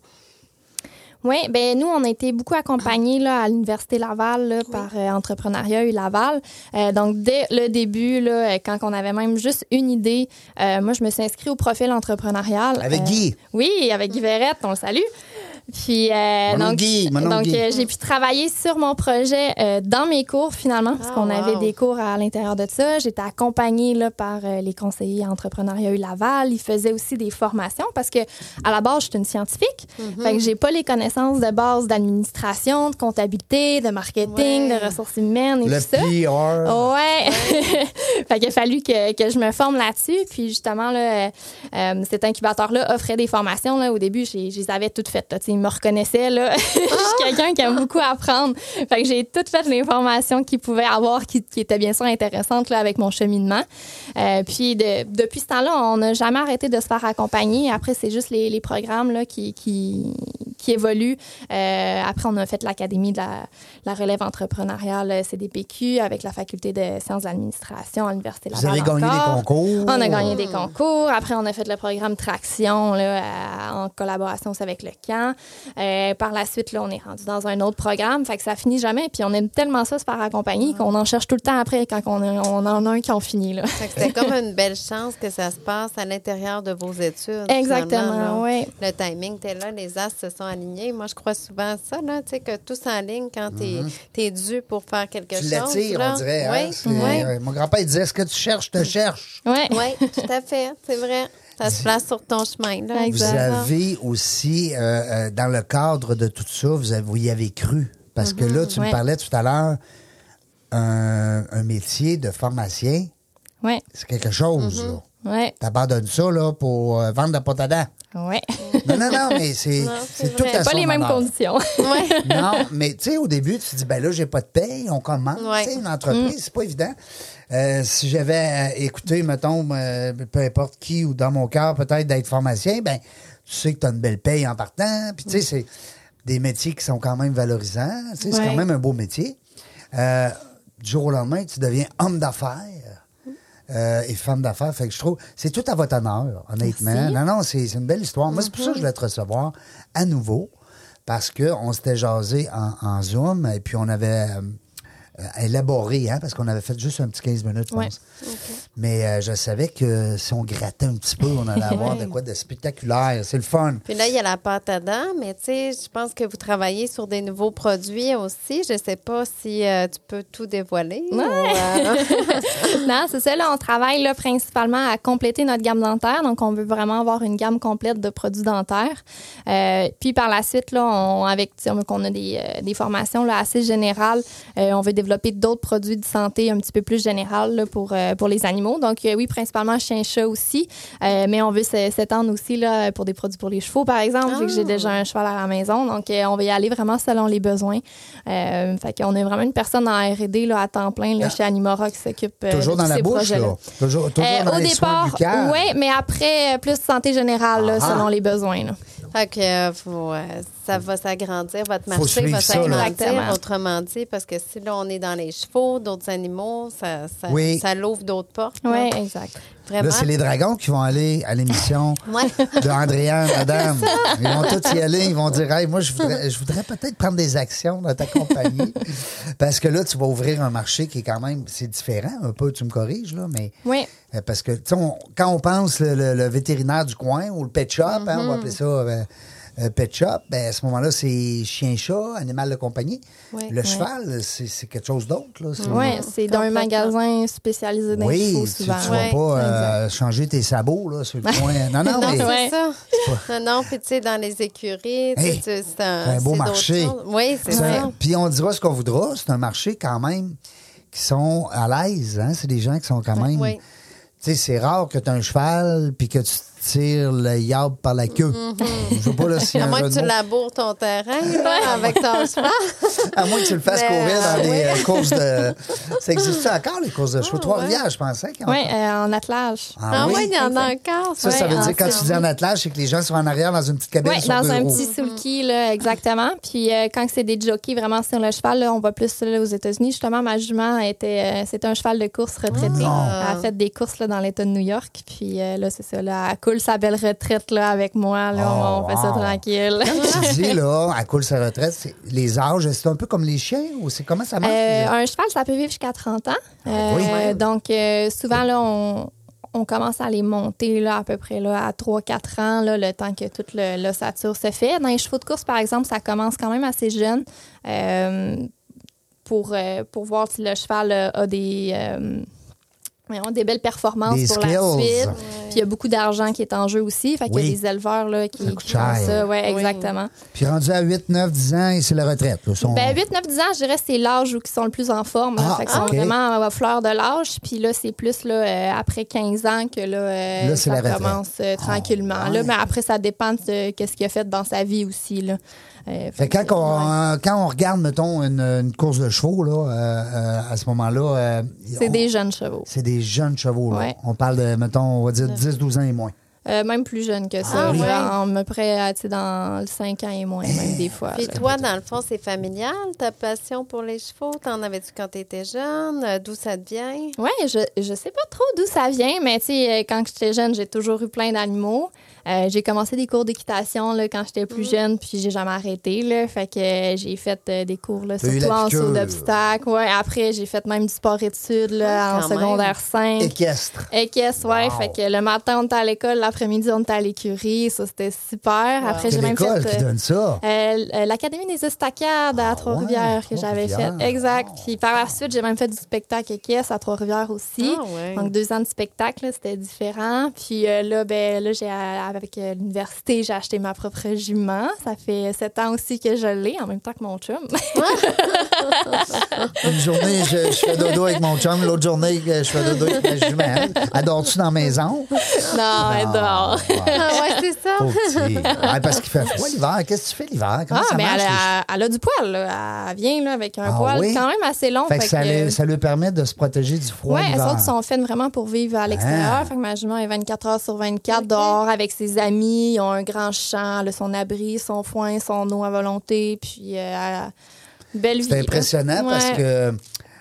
Oui, bien, nous, on a été beaucoup accompagnés là, à l'Université Laval là, par Entrepreneuriat et Laval. Donc, dès le début, là, quand on avait même juste une idée, moi, je me suis inscrite au profil entrepreneurial. Avec Guy? Oui, avec Guy Verrette, on le salue. Puis, donc j'ai pu travailler sur mon projet dans mes cours, finalement, parce qu'on avait des cours à l'intérieur de ça. J'étais accompagnée là, par les conseillers entrepreneuriat Laval. Ils faisaient aussi des formations parce que à la base, je suis une scientifique. Fait que j'ai pas les connaissances de base d'administration, de comptabilité, de marketing, de ressources humaines et tout ça. Le PR. Ouais. Fait qu'il a fallu que je me forme là-dessus. Puis justement, là, cet incubateur-là offrait des formations. Là, au début, je les avais toutes faites. Là, me reconnaissait, là. Je suis quelqu'un qui aime beaucoup apprendre. Fait que j'ai toutes fait les formations qu'il pouvait avoir qui étaient bien sûr intéressantes, là, avec mon cheminement. Puis, depuis ce temps-là, on n'a jamais arrêté de se faire accompagner. Après, c'est juste les programmes, là, qui évoluent. Après, on a fait l'Académie de la relève entrepreneuriale CDPQ avec la Faculté de sciences de l'administration à l'Université Laval. Vous avez gagné des concours? On a gagné des concours. Après, on a fait le programme Traction, là, en collaboration aussi avec le camp. Par la suite, là, on est rendu dans un autre programme. Fait que ça finit jamais. Puis on aime tellement ça, se faire accompagner, qu'on en cherche tout le temps après quand on en a un qui ont fini. Là. Fait que c'était comme une belle chance que ça se passe à l'intérieur de vos études. Exactement, oui. Le timing était là, les astres se sont alignés. Moi, je crois souvent à ça, là, que tout s'enligne quand t'es dû pour faire quelque chose. Tu l'attires, on dirait. Oui. Hein? Mon grand-père disait, ce que tu cherches, te cherche. Oui, tout à fait. C'est vrai. Ça se place sur ton chemin. Là. Vous avez aussi, dans le cadre de tout ça, vous y avez cru. Parce que là, tu me parlais tout à l'heure, un métier de pharmacien, c'est quelque chose. Ouais. Tu abandonnes ça là, pour vendre de la pâte à dents. Oui. Non, mais c'est tout à son pas les mêmes conditions. Non, mais tu sais, au début, tu te dis, ben là, j'ai pas de paye, on commence. Tu sais, une entreprise, c'est pas évident. Si j'avais écouté, mettons, peu importe qui ou dans mon cœur, peut-être d'être pharmacien, ben tu sais que tu as une belle paye en partant. Puis tu sais, c'est des métiers qui sont quand même valorisants. Tu sais, c'est quand même un beau métier. Du jour au lendemain, tu deviens homme d'affaires. Et femme d'affaires. Fait que je trouve c'est tout à votre honneur, honnêtement. Merci. Non, c'est une belle histoire. Moi, c'est pour ça que je voulais te recevoir à nouveau, parce qu'on s'était jasé en Zoom et puis on avait élaboré, parce qu'on avait fait juste un petit 15 minutes, je pense. Okay. Mais je savais que si on grattait un petit peu, on allait avoir de quoi de spectaculaire. C'est le fun. Puis là, il y a la pâte à dents, mais tu sais, je pense que vous travaillez sur des nouveaux produits aussi. Je sais pas si tu peux tout dévoiler. Non, c'est ça. Là, on travaille là, principalement à compléter notre gamme dentaire. Donc, on veut vraiment avoir une gamme complète de produits dentaires. Puis par la suite, là, on a des formations là, assez générales. On veut développer d'autres produits de santé un petit peu plus générales là, pour les animaux. Donc, oui, principalement chien-chat aussi. Mais on veut s'étendre aussi là, pour des produits pour les chevaux, par exemple, vu que j'ai déjà un cheval à la maison. Donc, on va y aller vraiment selon les besoins. Fait qu'on est vraiment une personne en R&D là, à temps plein là, chez Animora qui s'occupe toujours dans la bouche, là. Toujours dans les soins du cœur. Oui, mais après, plus santé générale là, selon les besoins. Là. Fait que ça va s'agrandir, votre marché va s'agrandir, autrement dit, parce que si là, on est dans les chevaux, d'autres animaux, ça l'ouvre d'autres portes. Oui, exact. Vraiment. Là, c'est les dragons qui vont aller à l'émission de Andréane, madame. Ils vont tous y aller, ils vont dire, hey, moi, je voudrais peut-être prendre des actions dans ta compagnie. Parce que là, tu vas ouvrir un marché qui est quand même, c'est différent un peu, tu me corriges, là, mais... Oui. Parce que, tu sais, quand on pense le vétérinaire du coin ou le pet shop, on va appeler ça pet shop, ben à ce moment-là, c'est chien-chat, animal de compagnie. Oui, le cheval, c'est quelque chose d'autre. Oui, c'est dans un magasin spécialisé dans les chevaux, souvent. Tu ne vas pas changer tes sabots là, sur le coin. Non, mais... c'est ça. Non, puis tu sais, dans les écuries, c'est un beau marché. Oui, c'est ça. Puis on dira ce qu'on voudra, c'est un marché quand même qui sont à l'aise. Hein? C'est des gens qui sont quand même... Tu sais, c'est rare que tu as un cheval puis que tu tires le yard par la queue. Je veux pas là, s'il y a À un moins jeu que de tu mots. laboures ton terrain là, avec ton cheval. À moins que tu le fasses Mais, courir dans des oui. courses de... Ça existe encore, les courses de chevaux? Trois-Rivières, je pensais. qu'il y en a Oui, encore. en attelage. Ah oui, il y en a encore. Ça Ouais, veut dire, en quand tu dis en attelage, c'est que les gens sont en arrière dans une petite cabine Oui, sur dans deux un roues. petit sulky, là, exactement. Puis quand c'est des jockeys vraiment sur le cheval, là, on va plus là, aux États-Unis. Justement, ma jument c'était un cheval de course retraité. Elle a fait des courses là, dans l'État de New York. Puis là, c'est ça. Là, elle coule sa belle retraite là, avec moi. Là, on fait ça wow. tranquille. Quand tu dis, là, à coule sa retraite, c'est les âges, c'est un peu comme les chiens ou c'est comment ça marche? Un cheval, ça peut vivre jusqu'à 30 ans. oui. Donc, souvent, là, on commence à les monter là, à peu près là, à 3-4 ans, là, le temps que toute l'ossature se fait. Dans les chevaux de course, par exemple, ça commence quand même assez jeune pour voir si le cheval a des belles performances Des pour skills. la suite. Puis il y a beaucoup d'argent qui est en jeu aussi. Fait qu'il y a Oui. des éleveurs là, qui Ça coûte font cher. ça. Oui, exactement. Puis rendu à 8, 9, 10 ans, et c'est la retraite. Là, Ben, 8, 9, 10 ans, je dirais que c'est l'âge où ils sont le plus en forme. Là. Ah, Fait qu'ils sont OK. vraiment à fleur de l'âge. Puis là, c'est plus là, après 15 ans que Là, c'est ça la retraite. commence tranquillement. ouais. Là, mais après, ça dépend de ce qu'il a fait dans sa vie aussi. Là. Fait que quand on regarde, mettons, une course de chevaux, là, à ce moment-là... C'est des jeunes chevaux. C'est des jeunes chevaux, là. Ouais. On parle de, mettons, on va dire 10-12 ans et moins. Même plus jeunes que ça. Ah, Genre, ouais. à peu près dans 5 ans et moins, même des fois. Puis là. toi, dans le fond, c'est familial, ta passion pour les chevaux? T'en avais-tu quand t'étais jeune? D'où ça te vient? Oui, je sais pas trop d'où ça vient, mais tu sais, quand j'étais jeune, j'ai toujours eu plein d'animaux. J'ai commencé des cours d'équitation là, quand j'étais plus jeune, puis j'ai jamais arrêté. Là, fait que j'ai fait des cours là, T'as eu surtout la en piqûre. saut d'obstacles. Ouais, après, j'ai fait même du sport-études là, en quand même. secondaire 5. Équestre. Équestre, ouais. Wow. Fait que le matin, on était à l'école, l'après-midi, on était à l'écurie. Ça, c'était super. Après, C'est j'ai même l'école fait qui donne ça. l'Académie des Estacades à Trois-Rivières que j'avais fait. Trois-Rivières. Exact. Puis par la suite, j'ai même fait du spectacle équestre à Trois-Rivières aussi. Ah, ouais. Donc, 2 ans de spectacle, là, c'était différent. Puis là, avec l'université, j'ai acheté ma propre jument. Ça fait 7 ans aussi que je l'ai, en même temps que mon chum. Une journée, je fais dodo avec mon chum. L'autre journée, je fais dodo avec ma jument. Adores-tu dans la maison? Non, elle dort. Ah ouais, c'est ça. Pauvre petit. Ouais, parce qu'il fait froid l'hiver. Qu'est-ce que tu fais l'hiver? Comment ça Mais marche? elle a du poil, là. Elle vient là, avec un Ah poil oui? quand même assez long. Fait que ça lui permet de se protéger du froid Oui, elles l'hiver. autres sont faites vraiment pour vivre à l'extérieur. Ah. Fait que ma jument est 24 heures sur 24 dehors avec ses amis. Ils ont un grand champ, elle a son abri, son foin, son eau à volonté. Puis, belle vie. C'est impressionnant là. parce Ouais. que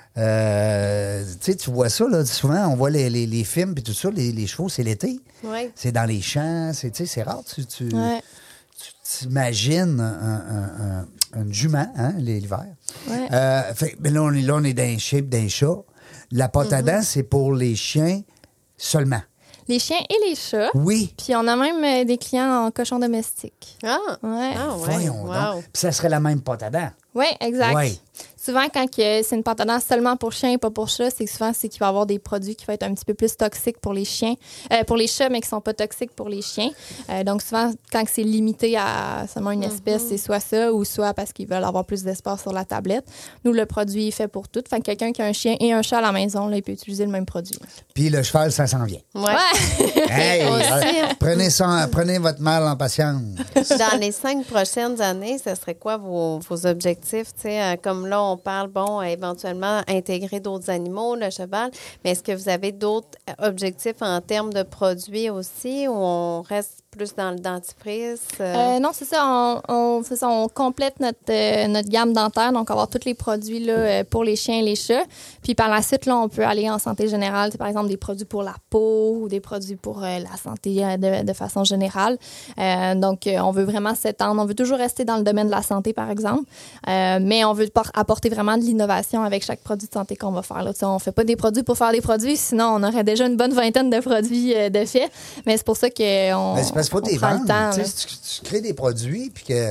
tu vois ça, là, souvent, on voit les films et tout ça, les chevaux, c'est l'été. Oui. C'est dans les champs, c'est rare. Tu Ouais. t'imagines une jument, hein, l'hiver. Ouais. Mais là, on est dans un shape d'un chat. La pâte à dents, c'est pour les chiens seulement. Les chiens et les chats. Oui. Puis on a même des clients en cochon domestique. Ah! Ouais. Ah, ouais. Voyons Wow. donc. Puis ça serait la même pâte à dents. Oui, exact. Ouais. Souvent, quand c'est une pâte à dents seulement pour chiens et pas pour chats, c'est qu'il va y avoir des produits qui vont être un petit peu plus toxiques pour les chiens, pour les chats, mais qui sont pas toxiques pour les chiens. Donc, souvent, quand c'est limité à seulement une espèce, c'est soit ça ou soit parce qu'ils veulent avoir plus d'espace sur la tablette. Nous, le produit est fait pour tout. Fait que quelqu'un qui a un chien et un chat à la maison, là, il peut utiliser le même produit. Puis le cheval, ça s'en vient. Ouais. Hey, prenez votre mal en patience. Dans les 5 prochaines années, ce serait quoi vos objectifs? Comme là, on parle, éventuellement, intégrer d'autres animaux, le cheval, mais est-ce que vous avez d'autres objectifs en termes de produits aussi ou on reste plus dans le dentifrice? Non, c'est ça. On complète notre gamme dentaire. Donc, avoir tous les produits là, pour les chiens et les chats. Puis par la suite, là, on peut aller en santé générale. Par exemple, des produits pour la peau ou des produits pour la santé de façon générale. Donc, on veut vraiment s'étendre. On veut toujours rester dans le domaine de la santé, par exemple. Mais on veut apporter vraiment de l'innovation avec chaque produit de santé qu'on va faire. Là. On ne fait pas des produits pour faire des produits. Sinon, on aurait déjà une bonne vingtaine de produits de fait. Mais c'est pour ça qu'on Mais c'est parce qu'il faut on tes prend le vendre. temps. Tu là. sais, si tu crées des produits, puis que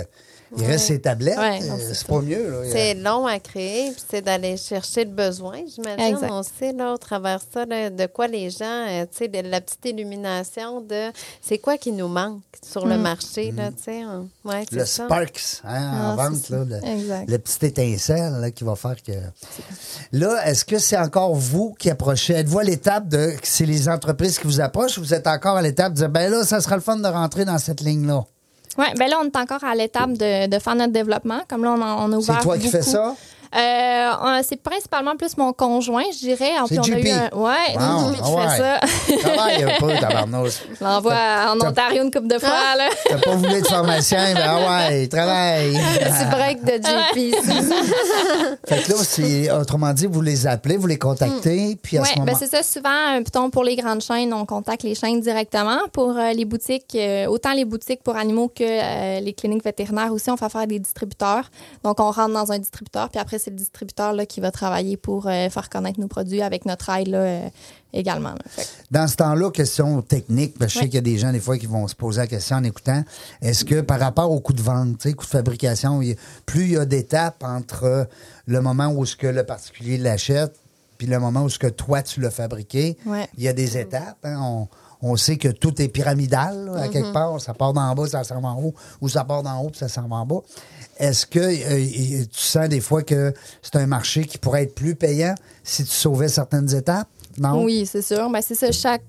Il reste ses tablettes. Ouais, non, c'est c'est pas mieux. Là. C'est long à créer, puis c'est d'aller chercher le besoin, j'imagine. Exact. On sait, là, au travers ça, là, de quoi les gens, tu sais, de la petite illumination de c'est quoi qui nous manque sur le marché, là, tu sais. Ouais, c'est Le ça. Sparks, en vente, là, Exact. le petit étincelle là, qui va faire que... Là, est-ce que c'est encore vous qui approchez? Êtes-vous à l'étape de... C'est les entreprises qui vous approchent ou vous êtes encore à l'étape de dire, ben là, ça sera le fun de rentrer dans cette ligne-là? Oui, bien là, on est encore à l'étape de faire notre développement. Comme là, on a ouvert C'est toi qui fais beaucoup. ça? C'est principalement plus mon conjoint, je dirais. C'est Puis on a JP. eu un... Ouais, Wow, JP qui ouais. fait ça. Travaille un peu, tabarnouche. Je l'envoie en Ontario une couple de fois, là. T'as pas voulu être pharmacien, ben ouais, travaille. Petit break de JP. Fait que là, autrement dit, vous les appelez, vous les contactez, puis à Oui, ce moment... c'est ça. Souvent, plutôt pour les grandes chaînes, on contacte les chaînes directement. Pour les boutiques, autant les boutiques pour animaux que les cliniques vétérinaires aussi, on fait faire des distributeurs. Donc, on rentre dans un distributeur, puis après, c'est le distributeur là, qui va travailler pour faire connaître nos produits avec notre aide là, également. Là. Dans ce temps-là, question technique, parce que je sais qu'il y a des gens, des fois, qui vont se poser la question en écoutant. Est-ce que par rapport au coût de vente, coût de fabrication, plus il y a d'étapes entre le moment où ce que le particulier l'achète puis le moment où ce que toi, tu l'as fabriqué, il y a des étapes. Hein, on sait que tout est pyramidal, là, à quelque part. Ça part d'en bas, ça s'en va en haut, ou ça part d'en haut, puis ça s'en va en bas. Est-ce que tu sens des fois que c'est un marché qui pourrait être plus payant si tu sauvais certaines étapes? Non? Oui, c'est sûr. Ben, c'est ça. Chaque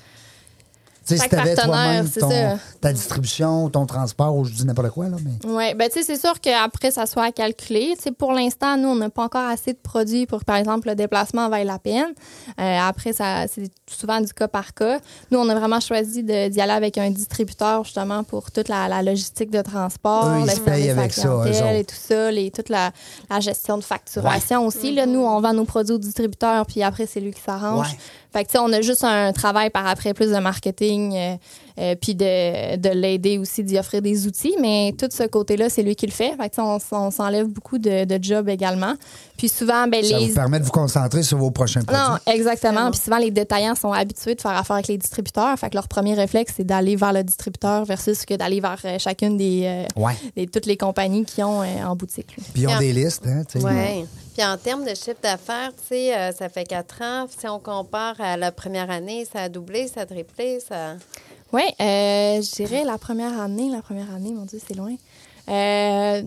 Si tu avais partenaire, toi-même c'est ça. ta distribution, ton transport, ou je dis n'importe quoi, là, mais... Oui, ben tu sais, c'est sûr qu'après, ça soit à calculer. Tu sais, pour l'instant, nous, on n'a pas encore assez de produits pour, par exemple, le déplacement vaille la peine. Après, c'est souvent du cas par cas. Nous, on a vraiment choisi d'y aller avec un distributeur, justement, pour toute la logistique de transport, Eux, ils le se payent service à la avec ça, eux clientèle autres. et tout ça, toute la gestion de facturation aussi. Là, nous, on vend nos produits au distributeur, puis après, c'est lui qui s'arrange. Ouais. Fait que, tu sais, on a juste un travail par après, plus de marketing, puis de l'aider aussi, d'y offrir des outils. Mais tout ce côté-là, c'est lui qui le fait. Fait que, tu sais, on s'enlève beaucoup de jobs également. Puis souvent, ben Ça vous permet de vous concentrer sur vos prochains produits. Non, exactement. Puis souvent, les détaillants sont habitués de faire affaire avec les distributeurs. Fait que leur premier réflexe, c'est d'aller vers le distributeur versus que d'aller vers chacune toutes les compagnies qui ont en boutique. Là. Puis ils ont des listes, hein, tu sais. Oui. Puis en termes de chiffre d'affaires, tu sais, ça fait 4 ans. Si on compare à la première année, ça a doublé, ça a triplé, ça... Oui, je dirais la première année, mon Dieu, c'est loin. Je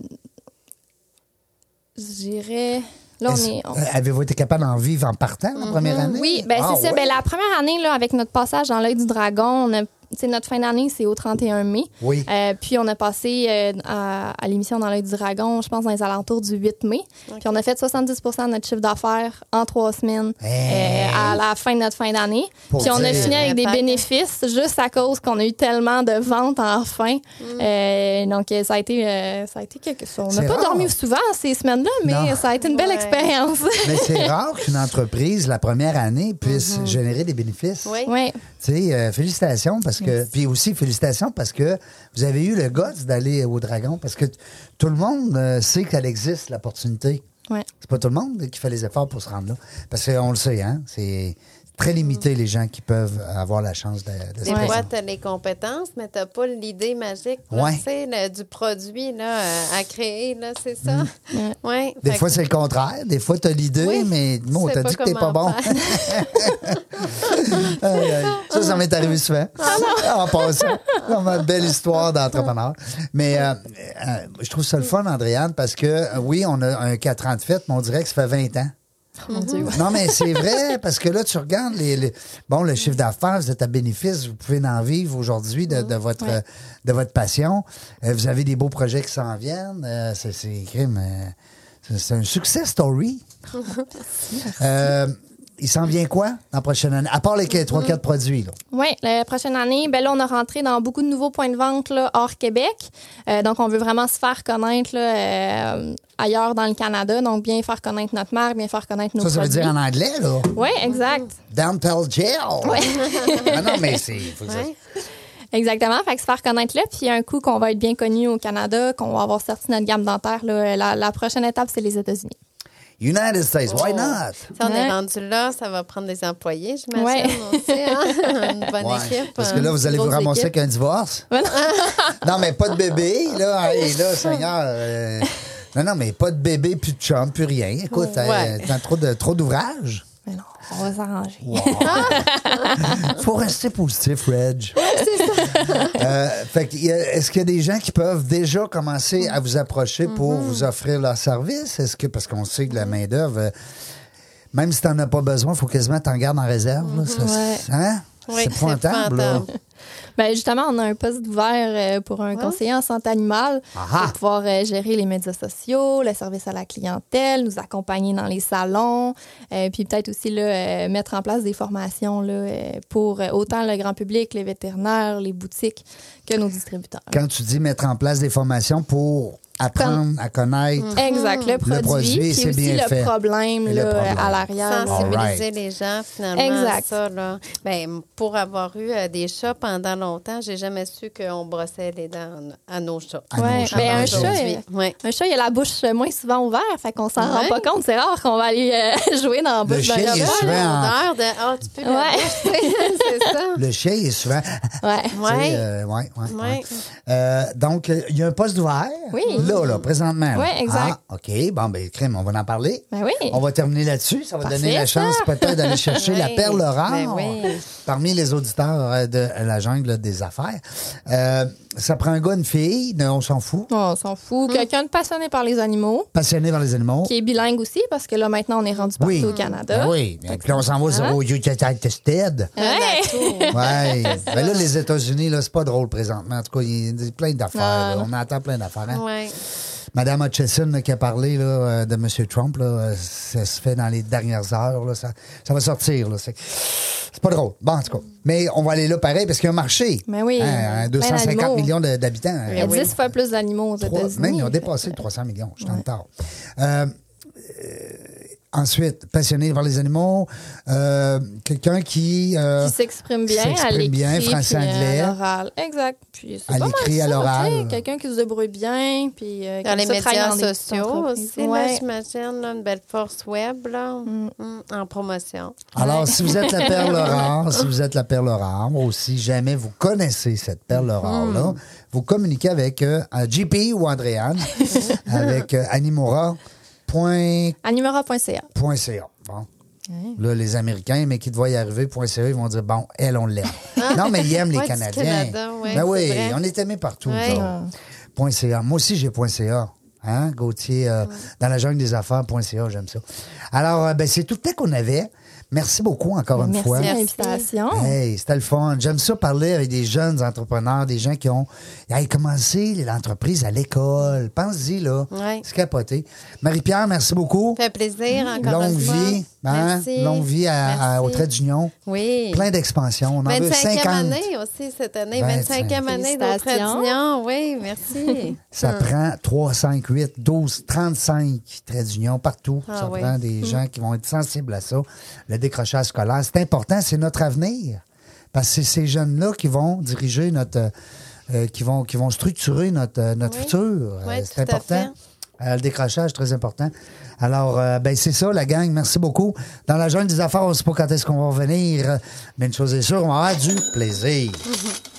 dirais... Là, Avez-vous été capable d'en vivre en partant la première année? Oui, ben c'est ça. Ben, la première année, là, avec notre passage dans l'œil du dragon, notre fin d'année, c'est au 31 mai. Oui. Puis on a passé à l'émission dans l'œil du dragon, je pense, dans les alentours du 8 mai. Puis on a fait 70 de notre chiffre d'affaires en 3 semaines à la fin de notre fin d'année. Puis on a fini avec des bénéfices juste à cause qu'on a eu tellement de ventes enfin. Donc ça a été quelque chose. On n'a pas dormi souvent ces semaines-là, mais ça a été une belle expérience. Mais c'est rare qu'une entreprise, la première année, puisse générer des bénéfices. Oui. Tu sais, félicitations parce que... Puis aussi, félicitations parce que vous avez eu le guts d'aller au Dragon parce que tout le monde sait qu'elle existe, l'opportunité. Ouais. C'est pas tout le monde qui fait les efforts pour se rendre là. Parce qu'on le sait, hein, c'est très limité les gens qui peuvent avoir la chance de se Des fois, présenter. tu as les compétences, mais tu n'as pas l'idée magique Ouais. tu sais, du produit là, à créer, là, c'est ça? Ouais. Des Fait fois, que- c'est le contraire. Des fois, tu as l'idée, Oui, mais tu on sais t'a pas dit que t'es pas comment bon. Ça m'est arrivé souvent. En passant. Dans ma belle histoire d'entrepreneur. Mais je trouve ça le fun, Andréane, parce que oui, on a un 4 ans de fête, mais on dirait que ça fait 20 ans. Mon Dieu. Non, mais c'est vrai, parce que là, tu regardes le chiffre d'affaires, vous êtes à bénéfice, vous pouvez en vivre aujourd'hui de votre passion. Vous avez des beaux projets qui s'en viennent. C'est un success story. Il s'en vient quoi la prochaine année? À part les 3-4 produits, là. Oui, la prochaine année, ben là, on a rentré dans beaucoup de nouveaux points de vente là, hors Québec. Donc, on veut vraiment se faire connaître là, ailleurs dans le Canada. Donc, bien faire connaître notre marque, bien faire connaître nos Ça veut produits. dire en anglais, là. Oui, exact. Downtown Jail. Ah non, mais c'est... faut que ça- Ouais. Exactement. Fait que se faire connaître là. Puis, un coup qu'on va être bien connu au Canada, qu'on va avoir sorti notre gamme dentaire, là, la prochaine étape, c'est les États-Unis. United States, why not? Si on est rendu là, ça va prendre des employés, j'imagine aussi. Hein? Une bonne équipe. Parce que là, vous allez vous ramasser avec un divorce. Non, mais pas de bébé. Là, hey, là Seigneur. Non, mais pas de bébé, plus de chum, plus rien. Écoute, t'as trop d'ouvrages. Mais non, on va s'arranger. Wow. Faut rester positif, Reg. C'est ça. Fait que, est-ce qu'il y a des gens qui peuvent déjà commencer à vous approcher pour vous offrir leur service? Est-ce que, parce qu'on sait que la main-d'œuvre, même si tu n'en as pas besoin, il faut quasiment t'en garder en réserve. Là, ça, hein? Oui, c'est épouvantable, là. Ben justement, on a un poste ouvert pour un conseiller en santé animale pour pouvoir gérer les médias sociaux, le service à la clientèle, nous accompagner dans les salons, puis peut-être aussi là, mettre en place des formations là, pour autant le grand public, les vétérinaires, les boutiques que nos distributeurs. Quand tu dis mettre en place des formations pour apprendre à connaître exact, le produit puis c'est aussi bien le fait. problème Et là, le problème. à l'arrière. Sensibiliser les gens, finalement, exact. à ça. Là. Ben, pour avoir eu des chats pendant longtemps, j'ai jamais su qu'on brossait les dents à nos chats. Ouais. Ben, un chat, il a la bouche moins souvent ouverte, fait qu'on s'en rend pas compte. C'est rare qu'on va aller jouer dans la bouche d'un chien est chat. souvent tu peux c'est ça. Le chien est souvent... Ouais. Donc, il y a un poste ouvert. Oui. Là, présentement. Oui, exact. Ah, OK. Bon, ben, crème, on va en parler. Ben oui. On va terminer là-dessus. Ça va Parfait, donner la chance peut-être d'aller chercher la perle rare parmi les auditeurs de la jungle des affaires. Ça prend un gars, une fille, on s'en fout. On s'en fout. Quelqu'un de passionné par les animaux. Passionné par les animaux. Qui est bilingue aussi, parce que là, maintenant, on est rendu partout au Canada. Ben oui. Puis là, on s'en va au United. Ouais. Oui. Ben là, les États-Unis, là, c'est pas drôle présentement. En tout cas, il y a plein d'affaires. Là. On entend plein d'affaires. Hein? Ouais. Madame Hutchison là, qui a parlé là, de M. Trump, là, ça se fait dans les dernières heures. Là, ça va sortir. Là, c'est pas drôle. Bon, en tout cas. Mais on va aller là pareil parce qu'il y a un marché. Mais oui. 250 millions d'habitants. Il y a 10 fois plus d'animaux aux États-Unis. Même, ils ont dépassé les 300 millions. Je suis en retard. Ensuite, passionné par les animaux, quelqu'un qui s'exprime bien à l'écrit, français, anglais, à l'oral. Exact. Puis c'est à pas l'écrit, mal à ça, l'oral. Quelqu'un qui se débrouille bien, puis dans les médias sociaux aussi, là, j'imagine, là, une belle force web là, en promotion. Alors, si vous êtes la perle rare, ou si jamais vous connaissez cette perle rare-là, vous communiquez avec JP ou Andréane, avec Animora.ca. Bon. Là, les Américains, mais qui te voient y arriver, .ca, ils vont dire, bon, elle, on l'aime. Non, mais ils aiment les Canadiens. Canada, ben oui, on est aimés partout. .ca. Moi aussi, j'ai .ca. Hein, Gauthier, dans la jungle des affaires, .ca, j'aime ça. Alors, ben, c'est tout le temps qu'on avait. Merci beaucoup encore une fois. Merci de l'invitation. Hey, c'était le fun. J'aime ça parler avec des jeunes entrepreneurs, des gens qui ont commencé l'entreprise à l'école. Pense-y, là. Ouais. C'est capoté. Marie-Pierre, merci beaucoup. Ça fait plaisir encore Longue une fois. vie. Hein? Merci. Longue vie Merci. au Trait d'Union. Oui. Plein d'expansion. On en veut 25e 50. année aussi cette année. 25e année au Trait Félicitations. d'Union. Oui, merci. Ça prend 3, 5, 8, 12, 35 traits d'union partout. Ah ça oui. prend des gens qui vont être sensibles à ça. Le décrochage scolaire, c'est important, c'est notre avenir. Parce que c'est ces jeunes-là qui vont diriger notre... qui vont structurer notre futur. Oui, c'est tout à important. Le décrochage, très important. Alors, ben c'est ça, la gang. Merci beaucoup. Dans la jungle des affaires, on ne sait pas quand est-ce qu'on va revenir. Mais une chose est sûre, on va avoir du plaisir.